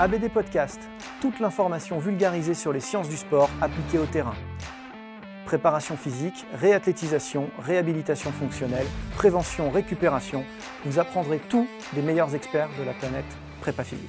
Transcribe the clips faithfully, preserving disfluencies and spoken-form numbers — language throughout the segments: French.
A B D Podcast, toute l'information vulgarisée sur les sciences du sport appliquées au terrain. Préparation physique, réathlétisation, réhabilitation fonctionnelle, prévention, récupération, vous apprendrez tout des meilleurs experts de la planète prépa physique.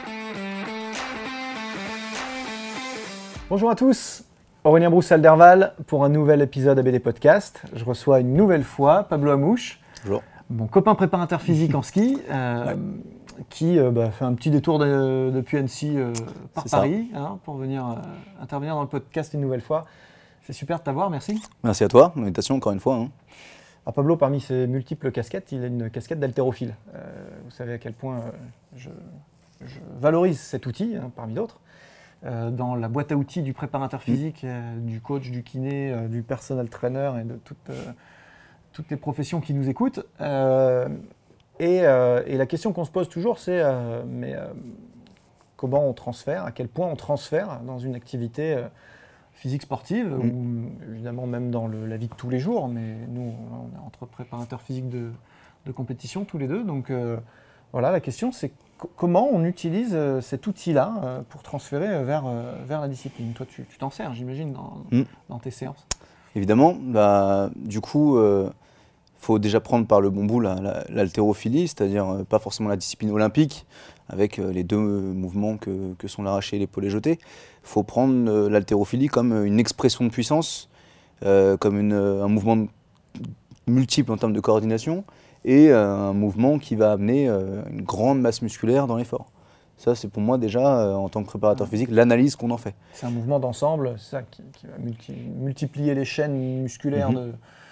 Bonjour à tous, Aurélien Broussal-Derval pour un nouvel épisode A B D Podcast. Je reçois une nouvelle fois Pablo Amouche, Bonjour. Mon copain préparateur physique en ski, euh, ouais. qui euh, bah, fait un petit détour de, depuis Annecy euh, par Paris hein, pour venir euh, intervenir dans le podcast une nouvelle fois. C'est super de t'avoir, merci. Merci à toi, l'invitation encore une fois. Hein. Alors Pablo, parmi ses multiples casquettes, il a une casquette d'haltérophile. Euh, vous savez à quel point euh, je, je valorise cet outil, hein, parmi d'autres, euh, dans la boîte à outils du préparateur physique, mmh. euh, du coach, du kiné, euh, du personal trainer et de toute, euh, toutes les professions qui nous écoutent. Euh, et, euh, et la question qu'on se pose toujours, c'est euh, mais, euh, comment on transfère, à quel point on transfère dans une activité euh, physique sportive, mmh. ou évidemment même dans le, la vie de tous les jours, mais nous, on est entre préparateurs physiques de, de compétition tous les deux. Donc euh, voilà, la question, c'est c- comment on utilise euh, cet outil-là euh, pour transférer vers, euh, vers la discipline. Toi, tu, tu t'en sers, j'imagine, dans, mmh. dans tes séances. Évidemment, bah, du coup, il euh, faut déjà prendre par le bon bout la, la, l'haltérophilie, c'est-à-dire euh, pas forcément la discipline olympique, avec euh, les deux mouvements que, que sont l'arraché et l'épaulé jeté. Il faut prendre euh, l'haltérophilie comme une expression de puissance, euh, comme une, un mouvement multiple en termes de coordination, et euh, un mouvement qui va amener euh, une grande masse musculaire dans l'effort. Ça, c'est pour moi déjà, euh, en tant que préparateur physique, l'analyse qu'on en fait. C'est un mouvement d'ensemble, c'est ça qui, qui va multi, multiplier les chaînes musculaires mmh. de,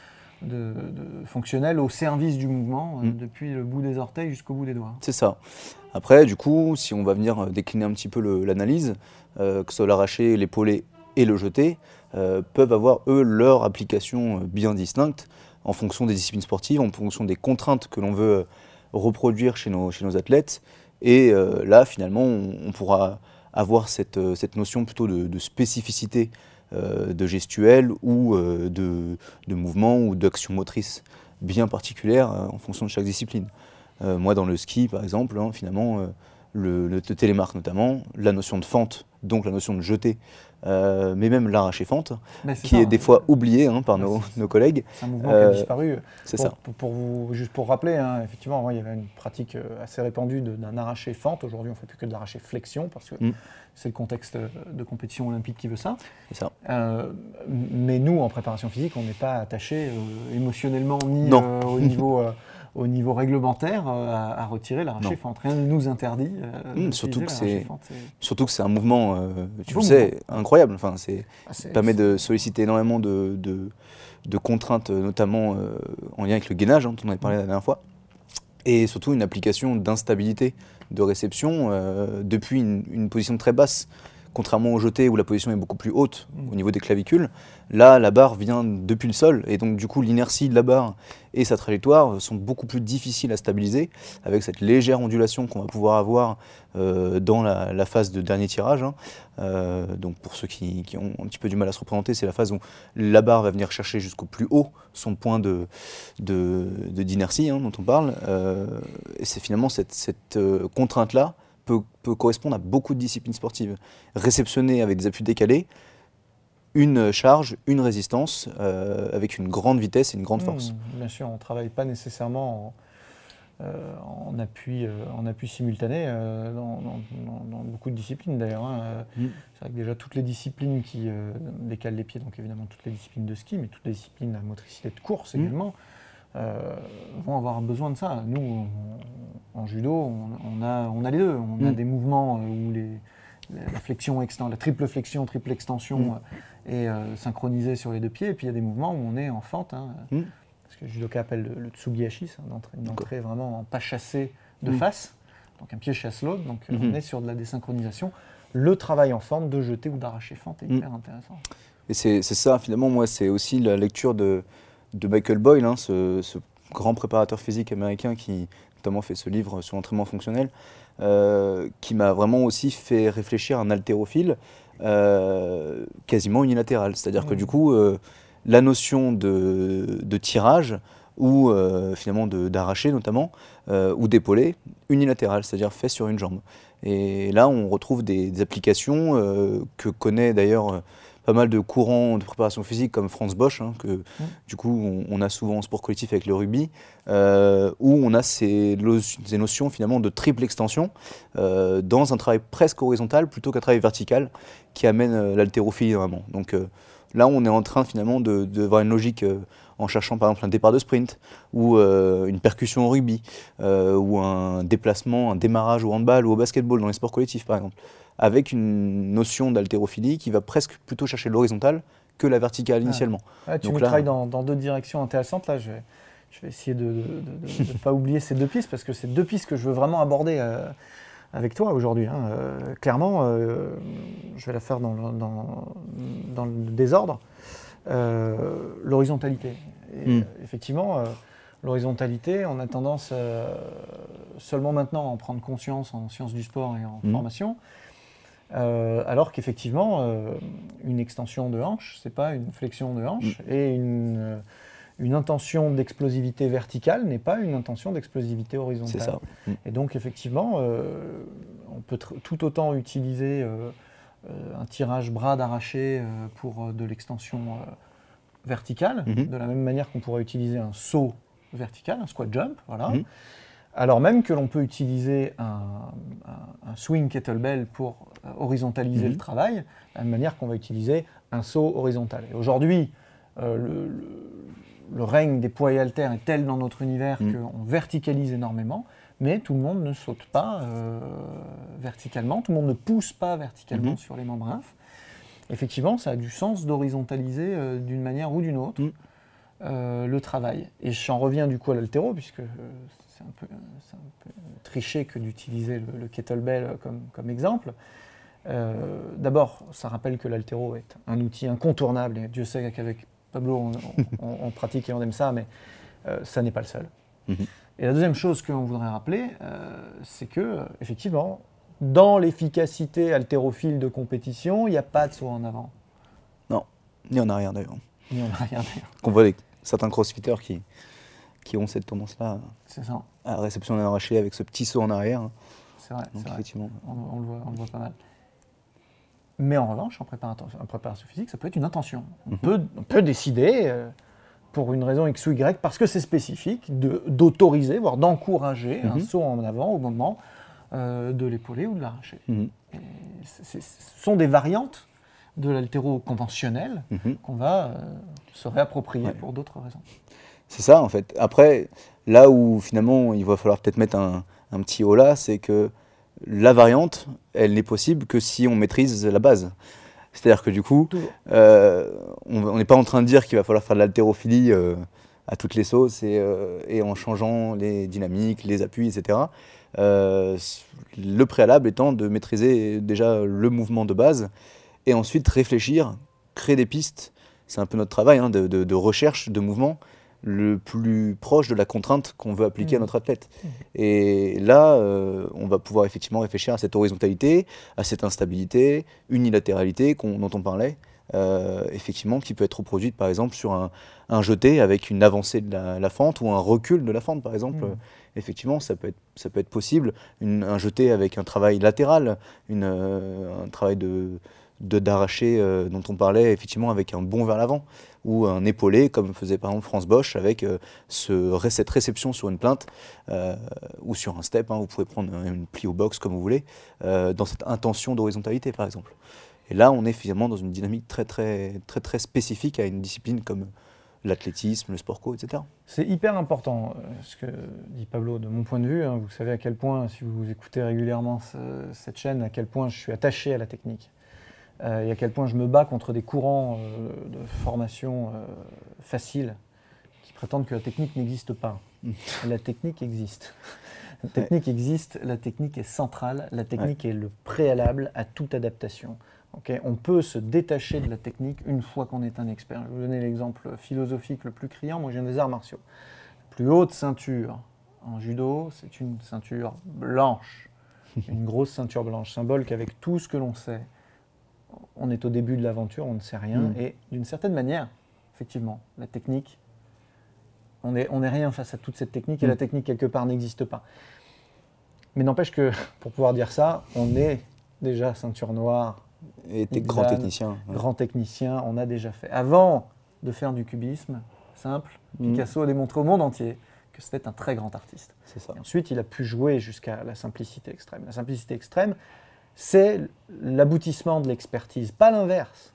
de, de fonctionnelles au service du mouvement, mmh. euh, depuis le bout des orteils jusqu'au bout des doigts. C'est ça. Après, du coup, si on va venir décliner un petit peu le, l'analyse, euh, que ce soit l'arraché, l'épaulé et le jeté, euh, peuvent avoir, eux, leur application bien distincte en fonction des disciplines sportives, en fonction des contraintes que l'on veut reproduire chez nos, chez nos athlètes. Et euh, là, finalement, on, on pourra avoir cette, cette notion plutôt de, de spécificité euh, de gestuelle ou euh, de, de mouvement ou d'action motrice bien particulière euh, en fonction de chaque discipline. Euh, moi, dans le ski, par exemple, hein, finalement, euh, le, le télémarque notamment, la notion de fente, donc la notion de jeté, euh, mais même l'arraché-fente, qui ça, est des hein, fois oublié hein, par nos, nos collègues. C'est un mouvement euh, qui a disparu. C'est pour, ça. Pour, pour vous, juste pour rappeler, hein, effectivement, il y avait une pratique assez répandue de, d'un arraché-fente. Aujourd'hui, on ne fait plus que de l'arraché-flexion, parce que mm. c'est le contexte de compétition olympique qui veut ça. C'est ça. Euh, mais nous, en préparation physique, on n'est pas attaché euh, émotionnellement ni euh, au niveau... Euh, au niveau réglementaire, euh, à, à retirer l'arraché-fente. Rien ne nous interdit euh, mmh, surtout, que c'est, c'est... surtout que c'est un mouvement, euh, tu le sais, mouvement. incroyable. Enfin, c'est, ah, c'est, permet c'est... de solliciter énormément de, de, de contraintes, notamment euh, en lien avec le gainage, hein, dont on avait parlé mmh. la dernière fois, et surtout une application d'instabilité de réception euh, depuis une, une position très basse. Contrairement au jeté où la position est beaucoup plus haute mmh. au niveau des clavicules, là la barre vient depuis le sol et donc du coup l'inertie de la barre et sa trajectoire sont beaucoup plus difficiles à stabiliser avec cette légère ondulation qu'on va pouvoir avoir euh, dans la, la phase de dernier tirage. Hein. Euh, donc pour ceux qui, qui ont un petit peu du mal à se représenter, c'est la phase où la barre va venir chercher jusqu'au plus haut son point de, de, de, d'inertie hein, dont on parle. Euh, et c'est finalement cette, cette euh, contrainte-là Peut, peut correspondre à beaucoup de disciplines sportives. Réceptionner avec des appuis décalés, une charge, une résistance, euh, avec une grande vitesse et une grande force. Mmh, bien sûr, on ne travaille pas nécessairement en, euh, en, appui, euh, en appui simultané euh, dans, dans, dans, dans beaucoup de disciplines d'ailleurs. Hein. Mmh. C'est vrai que déjà toutes les disciplines qui euh, décalent les pieds, donc évidemment toutes les disciplines de ski, mais toutes les disciplines à motricité de course mmh. également, Euh, vont avoir besoin de ça. Nous, on, en judo, on, on, a, on a les deux. On mmh. a des mouvements où les, la flexion, exten, la triple flexion, triple extension mmh. est euh, synchronisée sur les deux pieds. Et puis il y a des mouvements où on est en fente, hein, mmh. ce que le judoka appelle le, le tsugi-hachi, c'est une entrée, une entrée vraiment en pas chassé de mmh. face. Donc un pied chasse l'autre, donc mmh. on est sur de la désynchronisation. Le travail en fente de jeter ou d'arracher fente est mmh. hyper intéressant. Et c'est, c'est ça, finalement, moi, c'est aussi la lecture de de Michael Boyle, hein, ce, ce grand préparateur physique américain qui notamment fait ce livre sur l'entraînement fonctionnel, euh, qui m'a vraiment aussi fait réfléchir à un haltérophile euh, quasiment unilatéral. C'est-à-dire mmh. que du coup, euh, la notion de, de tirage ou euh, finalement d'arraché notamment, euh, ou d'épaulé unilatéral, c'est-à-dire fait sur une jambe. Et là, on retrouve des, des applications euh, que connaît d'ailleurs euh, pas mal de courants de préparation physique comme Franz Bosch, hein, que mmh. du coup on, on a souvent en sport collectif avec le rugby, euh, où on a ces, ces notions finalement de triple extension euh, dans un travail presque horizontal plutôt qu'un travail vertical qui amène euh, l'haltérophilie vraiment. Donc euh, là, on est en train finalement de, de voir une logique euh, en cherchant par exemple un départ de sprint ou euh, une percussion au rugby euh, ou un déplacement, un démarrage au handball ou au basketball dans les sports collectifs par exemple, avec une notion d'haltérophilie qui va presque plutôt chercher l'horizontale que la verticale initialement. Ah. Ouais, tu Donc nous là, travailles dans, dans deux directions intéressantes. Là, je vais, je vais essayer de ne pas oublier ces deux pistes parce que c'est deux pistes que je veux vraiment aborder euh, avec toi aujourd'hui. Hein. Euh, clairement, euh, je vais la faire dans le, dans, dans le désordre. Euh, l'horizontalité. Et, mm. Effectivement, euh, l'horizontalité, on a tendance euh, seulement maintenant à en prendre conscience en sciences du sport et en mm. formation. Euh, alors qu'effectivement, euh, une extension de hanche, c'est pas une flexion de hanche, mmh. et une, une intention d'explosivité verticale n'est pas une intention d'explosivité horizontale. C'est ça. Mmh. Et donc, effectivement, euh, on peut tout autant utiliser euh, un tirage bras d'arraché euh, pour de l'extension euh, verticale, mmh. de la même manière qu'on pourrait utiliser un saut vertical, un squat jump, voilà. Mmh. Alors même que l'on peut utiliser un, un, un swing kettlebell pour horizontaliser mmh. le travail, de la même manière qu'on va utiliser un saut horizontal. Et aujourd'hui, euh, le, le, le règne des poids et haltères est tel dans notre univers mmh. qu'on verticalise énormément, mais tout le monde ne saute pas euh, verticalement, tout le monde ne pousse pas verticalement mmh. sur les membres inf. Effectivement, ça a du sens d'horizontaliser euh, d'une manière ou d'une autre mmh. euh, le travail. Et j'en reviens du coup à l'haltéro, puisque euh, c'est un peu, c'est un peu triché que d'utiliser le, le kettlebell comme, comme exemple. Euh, d'abord, ça rappelle que l'haltéro est un outil incontournable, et Dieu sait qu'avec Pablo, on, on, on pratique et on aime ça, mais euh, ça n'est pas le seul. Mm-hmm. Et la deuxième chose qu'on voudrait rappeler, euh, c'est que, effectivement, dans l'efficacité haltérophile de compétition, il n'y a pas de saut en avant. Non, ni en arrière d'ailleurs. Ni en arrière d'ailleurs. Qu'on voit les, certains crossfitters qui, qui ont cette tendance-là c'est ça. à réception d'un arraché avec ce petit saut en arrière. C'est vrai, donc c'est effectivement. Vrai. On, on, le voit, on le voit pas mal. Mais en revanche, en préparation, en préparation physique, ça peut être une intention. On, mm-hmm. peut, on peut décider, euh, pour une raison X ou Y, parce que c'est spécifique, de, d'autoriser, voire d'encourager mm-hmm. un saut en avant au moment euh, de l'épaulé ou de l'arraché. Mm-hmm. Ce sont des variantes de l'haltéro conventionnel mm-hmm. qu'on va euh, se réapproprier ouais. pour d'autres raisons. C'est ça, en fait. Après, là où finalement il va falloir peut-être mettre un, un petit haut là, c'est que la variante, elle n'est possible que si on maîtrise la base. C'est-à-dire que du coup, euh, on n'est pas en train de dire qu'il va falloir faire de l'haltérophilie euh, à toutes les sauces et, euh, et en changeant les dynamiques, les appuis, et cetera. Euh, le préalable étant de maîtriser déjà le mouvement de base et ensuite réfléchir, créer des pistes. C'est un peu notre travail hein, de, de, de recherche de mouvement le plus proche de la contrainte qu'on veut appliquer mmh. à notre athlète. Mmh. Et là, euh, on va pouvoir effectivement réfléchir à cette horizontalité, à cette instabilité, unilatéralité qu'on, dont on parlait, euh, effectivement, qui peut être reproduite par exemple sur un, un jeté avec une avancée de la, la fente ou un recul de la fente par exemple. Mmh. Effectivement, ça peut être, ça peut être possible. Une, un jeté avec un travail latéral, une, euh, un travail de... de d'arraché euh, dont on parlait effectivement avec un bond vers l'avant ou un épaulé comme faisait par exemple Franz Bosch avec euh, ce, cette réception sur une plainte euh, ou sur un step, hein, vous pouvez prendre une plie au box comme vous voulez, euh, dans cette intention d'horizontalité par exemple. Et là on est finalement dans une dynamique très très très très spécifique à une discipline comme l'athlétisme, le sport co, et cetera. C'est hyper important ce que dit Pablo de mon point de vue. Hein, vous savez à quel point, si vous écoutez régulièrement ce, cette chaîne, à quel point je suis attaché à la technique. Euh, et à quel point je me bats contre des courants euh, de formation euh, faciles qui prétendent que la technique n'existe pas. La technique existe. La technique ouais. existe, la technique est centrale, la technique ouais. est le préalable à toute adaptation. Okay, on peut se détacher de la technique une fois qu'on est un expert. Je vais vous donner l'exemple philosophique le plus criant. Moi, je viens des arts martiaux. La plus haute ceinture en judo, c'est une ceinture blanche. Une grosse ceinture blanche, symbole qu'avec tout ce que l'on sait, on est au début de l'aventure, on ne sait rien. Mmh. Et d'une certaine manière, effectivement, la technique On n'est on est rien face à toute cette technique et Mm. la technique, quelque part, n'existe pas. Mais n'empêche que, pour pouvoir dire ça, on est déjà ceinture noire, Et t'es Exam, grand technicien. ouais. grand technicien, on a déjà fait. Avant de faire du cubisme simple, Mm. Picasso a démontré au monde entier que c'était un très grand artiste. C'est ça. Et ensuite, il a pu jouer jusqu'à la simplicité extrême. La simplicité extrême, c'est l'aboutissement de l'expertise, pas l'inverse.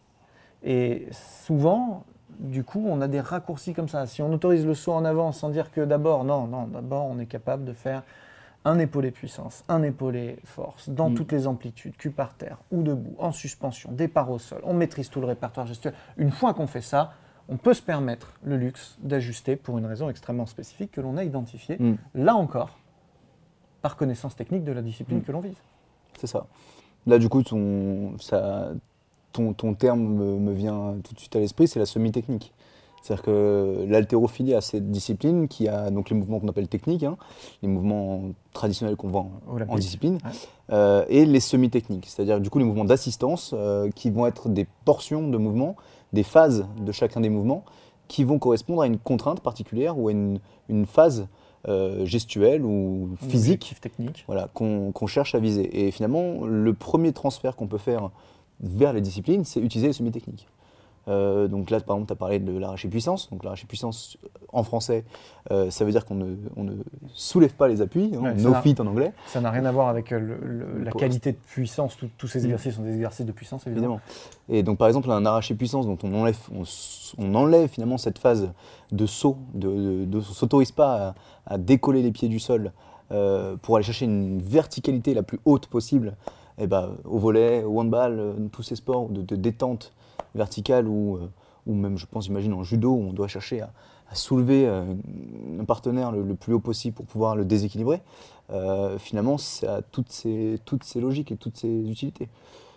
Et souvent, du coup, on a des raccourcis comme ça. Si on autorise le saut en avant sans dire que d'abord, non, non, d'abord, on est capable de faire un épaulé puissance, un épaulé force, dans Mm. toutes les amplitudes, cul par terre ou debout, en suspension, départ au sol. On maîtrise tout le répertoire gestuel. Une fois qu'on fait ça, on peut se permettre le luxe d'ajuster pour une raison extrêmement spécifique que l'on a identifiée, Mm. là encore, par connaissance technique de la discipline Mm. que l'on vise. C'est ça. Là, du coup, ton, ça, ton, ton terme me, me vient tout de suite à l'esprit, c'est la semi-technique. C'est-à-dire que l'haltérophilie a cette discipline qui a donc les mouvements qu'on appelle techniques, hein, les mouvements traditionnels qu'on voit en, Olympique. en discipline, Ouais. euh, et les semi-techniques, c'est-à-dire du coup les mouvements d'assistance euh, qui vont être des portions de mouvements, des phases de chacun des mouvements qui vont correspondre à une contrainte particulière ou à une, une phase euh, gestuelle ou Un physique objectif technique. voilà, qu'on qu'on cherche à viser. Et finalement, le premier transfert qu'on peut faire vers les disciplines, c'est utiliser les semi-techniques. Euh, donc là, par exemple, tu as parlé de l'arraché puissance. Donc l'arraché puissance, en français, euh, ça veut dire qu'on ne, on ne soulève pas les appuis, hein, Ouais, no ça- feet en anglais, Ça n'a rien à voir avec euh, le- le- la Pour- qualité de puissance. Tout- tous ces Mm. exercices sont des exercices de puissance, évidemment. évidemment. Et donc par exemple, un arraché puissance dont on enlève, on, s- on enlève finalement cette phase de saut, de, de, de- on s'autorise pas à, à décoller les pieds du sol euh, pour aller chercher une verticalité la plus haute possible. Et ben, au volley, au handball, euh, tous ces sports de, de détente verticale ou, euh, ou même, je pense, j'imagine en judo, où on doit chercher à, à soulever euh, un partenaire le, le plus haut possible pour pouvoir le déséquilibrer. Euh, finalement, ça a toutes ces, toutes ces logiques et toutes ces utilités.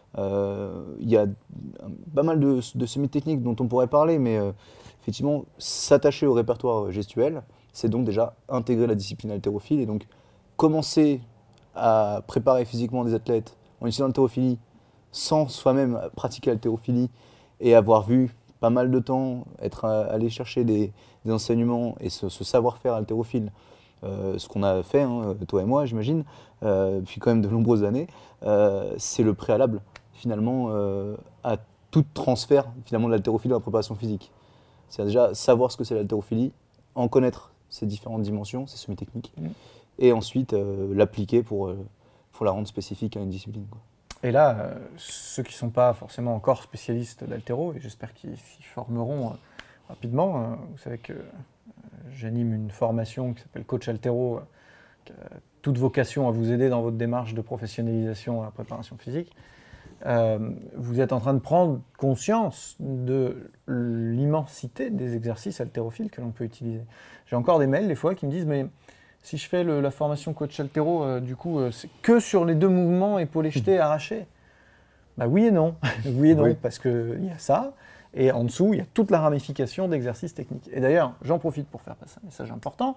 Euh, Il y a pas mal de, de semi-techniques dont on pourrait parler, mais euh, effectivement, s'attacher au répertoire gestuel, c'est donc déjà intégrer la discipline haltérophile et donc commencer à préparer physiquement des athlètes en utilisant l'haltérophilie sans soi-même pratiquer l'haltérophilie et avoir vu pas mal de temps, être à- allé chercher des, des enseignements et ce, ce savoir-faire haltérophile, euh, ce qu'on a fait, hein, toi et moi, j'imagine, euh, depuis quand même de nombreuses années, euh, c'est le préalable finalement euh, à tout transfert finalement de l'haltérophilie dans la préparation physique. C'est déjà savoir ce que c'est l'haltérophilie, en connaître ses différentes dimensions, ses semi-techniques, Mm. et ensuite euh, l'appliquer pour, euh, pour la rendre spécifique à une discipline, quoi. Et là, euh, ceux qui ne sont pas forcément encore spécialistes d'haltéro, et j'espère qu'ils s'y formeront euh, rapidement, euh, vous savez que euh, j'anime une formation qui s'appelle Coach Haltéro, euh, qui a toute vocation à vous aider dans votre démarche de professionnalisation à la préparation physique. Euh, vous êtes en train de prendre conscience de l'immensité des exercices haltérophiles que l'on peut utiliser. J'ai encore des mails des fois qui me disent « mais si je fais le- la formation coach haltéro, euh, du coup, euh, c'est que sur les deux mouvements épaulé jeté, arraché ?» Bah oui et non. oui et non, Oui. parce qu'il y a ça, et en dessous, il y a toute la ramification d'exercices techniques. Et d'ailleurs, j'en profite pour faire passer un message important,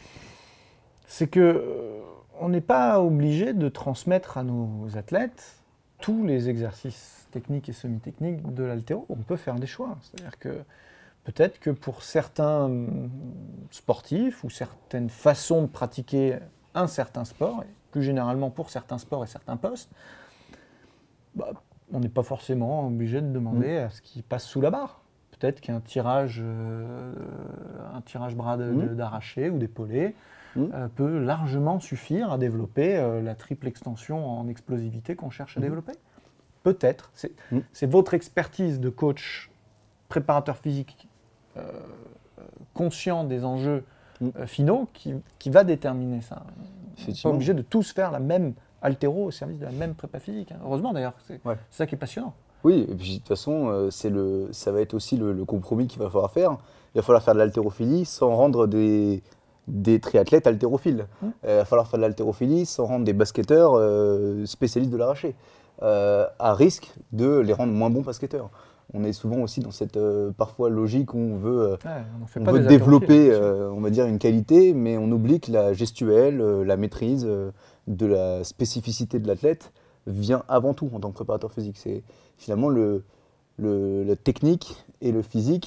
c'est que euh, on n'est pas obligé de transmettre à nos athlètes tous les exercices techniques et semi-techniques de l'haltéro. On peut faire des choix. C'est-à-dire que peut-être que pour certains hum, sportifs ou certaines façons de pratiquer un certain sport, et plus généralement pour certains sports et certains postes, bah, on n'est pas forcément obligé de demander à ce qu'ils passent sous la barre. Peut-être qu'un tirage, euh, un tirage bras de- Mm. de- d'arraché ou d'épaulé Mm. euh, peut largement suffire à développer euh, la triple extension en explosivité qu'on cherche à Mm. développer. Peut-être. C'est Mm. c'est votre expertise de coach, préparateur physique, euh, euh, conscient des enjeux Mm. euh, finaux qui, qui va déterminer ça. On n'est pas Effectivement. obligé de tous faire la même haltéro au service de la même prépa physique, hein. Heureusement d'ailleurs, c'est Ouais. c'est ça qui est passionnant. Oui, et puis de toute façon, euh, c'est le, ça va être aussi le, le compromis qu'il va falloir faire. Il va falloir faire de l'haltérophilie sans rendre des, des triathlètes haltérophiles. Mm. Euh, il va falloir faire de l'haltérophilie sans rendre des basketteurs euh, spécialistes de l'arraché, euh, à risque de les rendre moins bons basketteurs. On est souvent aussi dans cette euh, parfois logique où on veut, euh, Ouais, on en fait on pas veut des développer, haltérophiles, euh, on va dire, une qualité, mais on oublie que la gestuelle, euh, la maîtrise euh, de la spécificité de l'athlète vient avant tout en tant que préparateur physique. C'est finalement le, le- la technique et le physique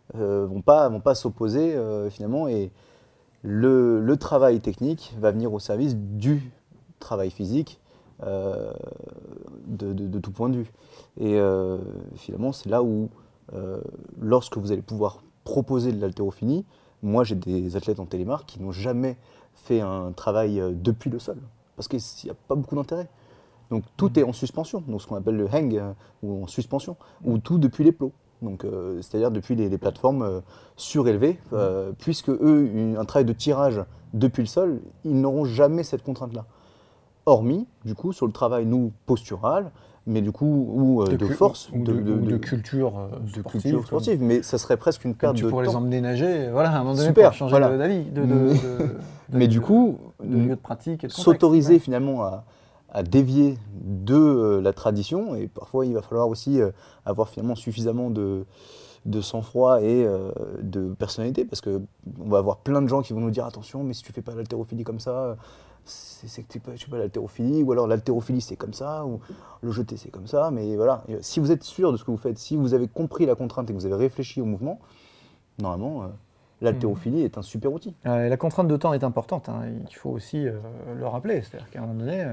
euh, vont pas, vont pas s'opposer euh, finalement. Et le, le travail technique va venir au service du travail physique euh, de, de, de tout point de vue. Et euh, finalement, c'est là où, euh, lorsque vous allez pouvoir proposer de l'haltérophilie, moi j'ai des athlètes en télémarque qui n'ont jamais fait un travail euh, depuis le sol, parce qu'il n'y a pas beaucoup d'intérêt. Donc tout est en suspension, donc ce qu'on appelle le hang, euh, ou en suspension, ou tout depuis les plots. Donc, euh, c'est-à-dire depuis les, les plateformes euh, surélevées, euh, puisque eux, une- un travail de tirage depuis le sol, ils n'auront jamais cette contrainte-là. Hormis, du coup, sur le travail, nous, postural, mais du coup, ou euh, de, cu- force, ou de, ou de culture euh, de sportive, culture comme- sportive, mais ça serait presque une comme perte tu de pourrais les temps. emmener nager, voilà, à un moment donné, Super, pour changer voilà. de- d'avis, de, de, Mais- de- de- Mais du de- coup, de lieu de pratique et de contexte. s'autoriser Ouais. finalement à, à dévier de euh, la tradition, et parfois il va falloir aussi euh, avoir finalement suffisamment de, de sang-froid et euh, de personnalité, parce qu'on va avoir plein de gens qui vont nous dire attention, mais si tu fais pas l'haltérophilie comme ça, c'est c'est que tu fais pas l'haltérophilie, ou alors l'haltérophilie c'est comme ça, ou le jeté c'est comme ça, mais voilà. Et si vous êtes sûr de ce que vous faites, si vous avez compris la contrainte et que vous avez réfléchi au mouvement, normalement, euh, l'haltérophilie est un super outil. Euh, et la contrainte de temps est importante, hein, il faut aussi euh, le rappeler, c'est-à-dire qu'à un moment donné, euh,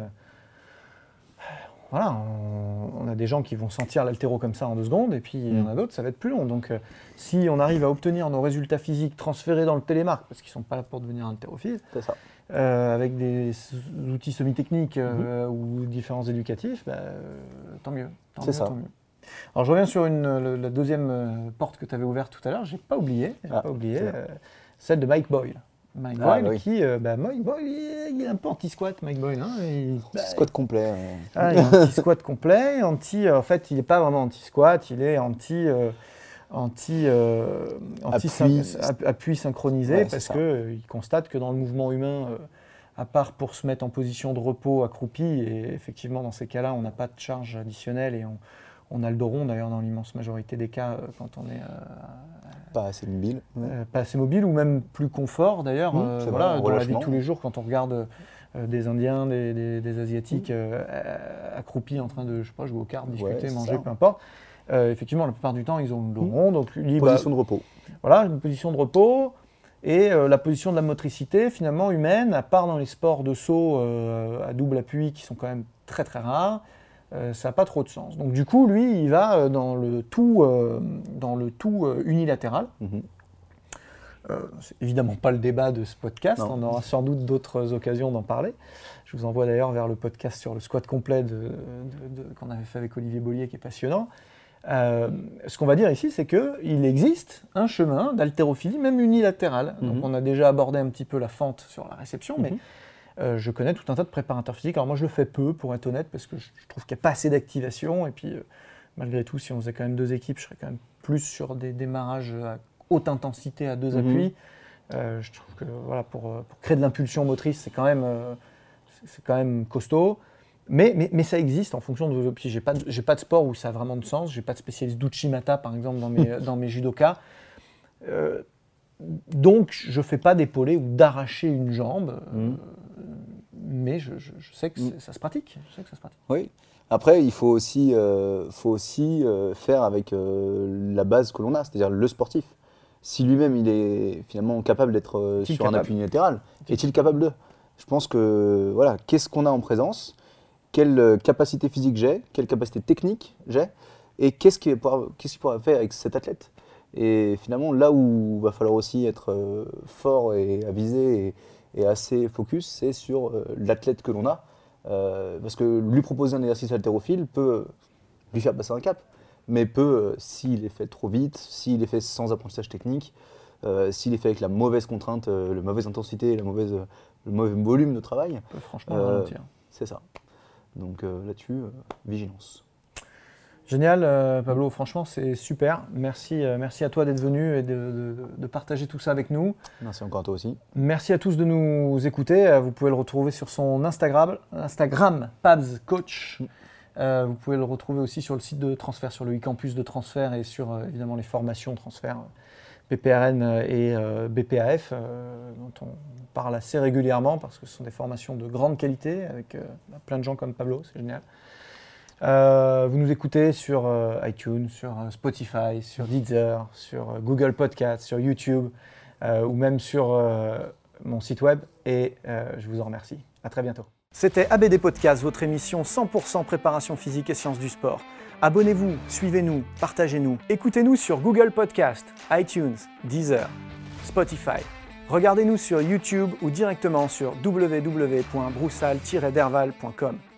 voilà, on, on a des gens qui vont sentir l'haltéro comme ça en deux secondes, et puis il y en a d'autres, ça va être plus long. Donc euh, si on arrive à obtenir nos résultats physiques transférés dans le télémarque, parce qu'ils ne sont pas là pour devenir haltérophiles, C'est ça. euh, avec des s- outils semi-techniques euh, ou différents éducatifs, bah, euh, tant mieux. Tant C'est mieux, ça. tant mieux. Alors je reviens sur une, le- la deuxième euh, porte que tu avais ouverte tout à l'heure, j'ai pas oublié, j'ai Ah, pas oublié c'est bien. euh, celle de Mike Boyle. Mike Ah, Boyle bah oui. qui, euh, bah, Mike Boyle, il, il est un peu anti-squat, Mike Boyle. Hein, il, bah, Squat complet. euh. ah, il est anti-squat complet, anti, en fait il n'est pas vraiment anti-squat, il est anti, euh, anti, euh, anti Appui. syn- app- appui synchronisé, Ouais, c'est parce ça. qu'il constate que dans le mouvement humain, euh, à part pour se mettre en position de repos accroupi, et effectivement dans ces cas-là on n'a pas de charge additionnelle et on, on a le dos rond d'ailleurs dans l'immense majorité des cas euh, quand on est euh, Pas assez mobile. Ouais. euh, pas assez mobile ou même plus confort d'ailleurs. Mmh, euh, c'est voilà, vrai, en dans la vie de relâchement. tous les jours, quand on regarde euh, des Indiens, des, des- des Asiatiques euh, euh, accroupis en train de, je sais pas, jouer aux cartes, discuter, c'est manger, ça. peu importe. Euh, effectivement, la plupart du temps, ils ont le dos Mmh. rond, donc lui, bah, Position de repos. voilà, une position de repos. Et euh, la position de la motricité, finalement, humaine, à part dans les sports de saut euh, à double appui qui sont quand même très très rares, euh, ça n'a pas trop de sens. Donc du coup, lui, il va euh, dans le tout, euh, dans le tout euh, unilatéral. Mhm. Euh, c'est évidemment pas le débat de ce podcast, Non. on aura sans doute d'autres occasions d'en parler. Je vous envoie d'ailleurs vers le podcast sur le squat complet de- de- de- qu'on avait fait avec Olivier Bollier qui est passionnant. Euh, ce qu'on va dire ici, c'est qu'il existe un chemin d'haltérophilie, même unilatérale. Mhm. Donc on a déjà abordé un petit peu la fente sur la réception, mais Mhm. euh, je connais tout un tas de préparateurs physiques. Alors moi je le fais peu, pour être honnête, parce que je, je trouve qu'il n'y a pas assez d'activation. Et puis euh, malgré tout, si on faisait quand même deux équipes, je serais quand même plus sur des démarrages à haute intensité à deux Mhm. appuis. Euh, je trouve que voilà, pour, euh, pour créer de l'impulsion motrice, c'est quand même, euh, c'est- c'est quand même costaud. Mais, mais, mais ça existe en fonction de vos options. J'ai pas, de- j'ai pas de sport où ça a vraiment de sens. J'ai pas de spécialiste d'Uchimata, par exemple, dans mes, dans mes judokas. Euh, donc, je fais pas d'épaulé ou d'arracher une jambe. euh, Mhm. mais je, je- je sais que Mhm. c'est- ça se pratique. Je sais que ça se pratique. Oui. Après, il faut aussi, euh, faut aussi euh, faire avec euh, la base que l'on a, c'est-à-dire le sportif. Si lui-même il est finalement capable d'être euh, Est-il sur un capable appui unilatéral, est-il capable de? Je pense que voilà, qu'est-ce qu'on a en présence? Quelle euh, capacité physique j'ai? Quelle capacité technique j'ai? Et qu'est-ce qu'il pourra, qu'est-ce qu'il pourra faire avec cet athlète? Et finalement, là où il va falloir aussi être euh, fort et avisé et, et assez focus, c'est sur euh, l'athlète que l'on a. Euh, parce que lui proposer un exercice haltérophile peut lui faire passer un cap, mais peut, euh, s'il est fait trop vite, s'il est fait sans apprentissage technique, euh, s'il est fait avec la mauvaise contrainte, euh, la mauvaise intensité, la mauvaise, le mauvais volume de travail, On peut franchement Euh, ralentir. c'est ça. Donc euh, là-dessus, euh, vigilance. Génial, euh, Pablo. Franchement, c'est super. Merci, euh, merci à toi d'être venu et de, de- de partager tout ça avec nous. Merci encore à toi aussi. Merci à tous de nous écouter. Euh, Vous pouvez le retrouver sur son Instagram, Instagram Pabs Coach. Euh, vous pouvez le retrouver aussi sur le site de transfert, sur le e-campus de transfert et sur euh, évidemment les formations transfert euh, B P R N et euh, B P A F, euh, dont on parle assez régulièrement parce que ce sont des formations de grande qualité avec euh, plein de gens comme Pablo, c'est génial. Euh, vous nous écoutez sur euh, iTunes, sur euh, Spotify, sur Deezer, sur euh, Google Podcast, sur YouTube euh, ou même sur euh, mon site web et euh, je vous en remercie. À très bientôt. C'était A B D Podcast, votre émission cent pour cent préparation physique et sciences du sport. Abonnez-vous, suivez-nous, partagez-nous. Écoutez-nous sur Google Podcast, iTunes, Deezer, Spotify. Regardez-nous sur YouTube ou directement sur w w w point broussal tiret derval point com.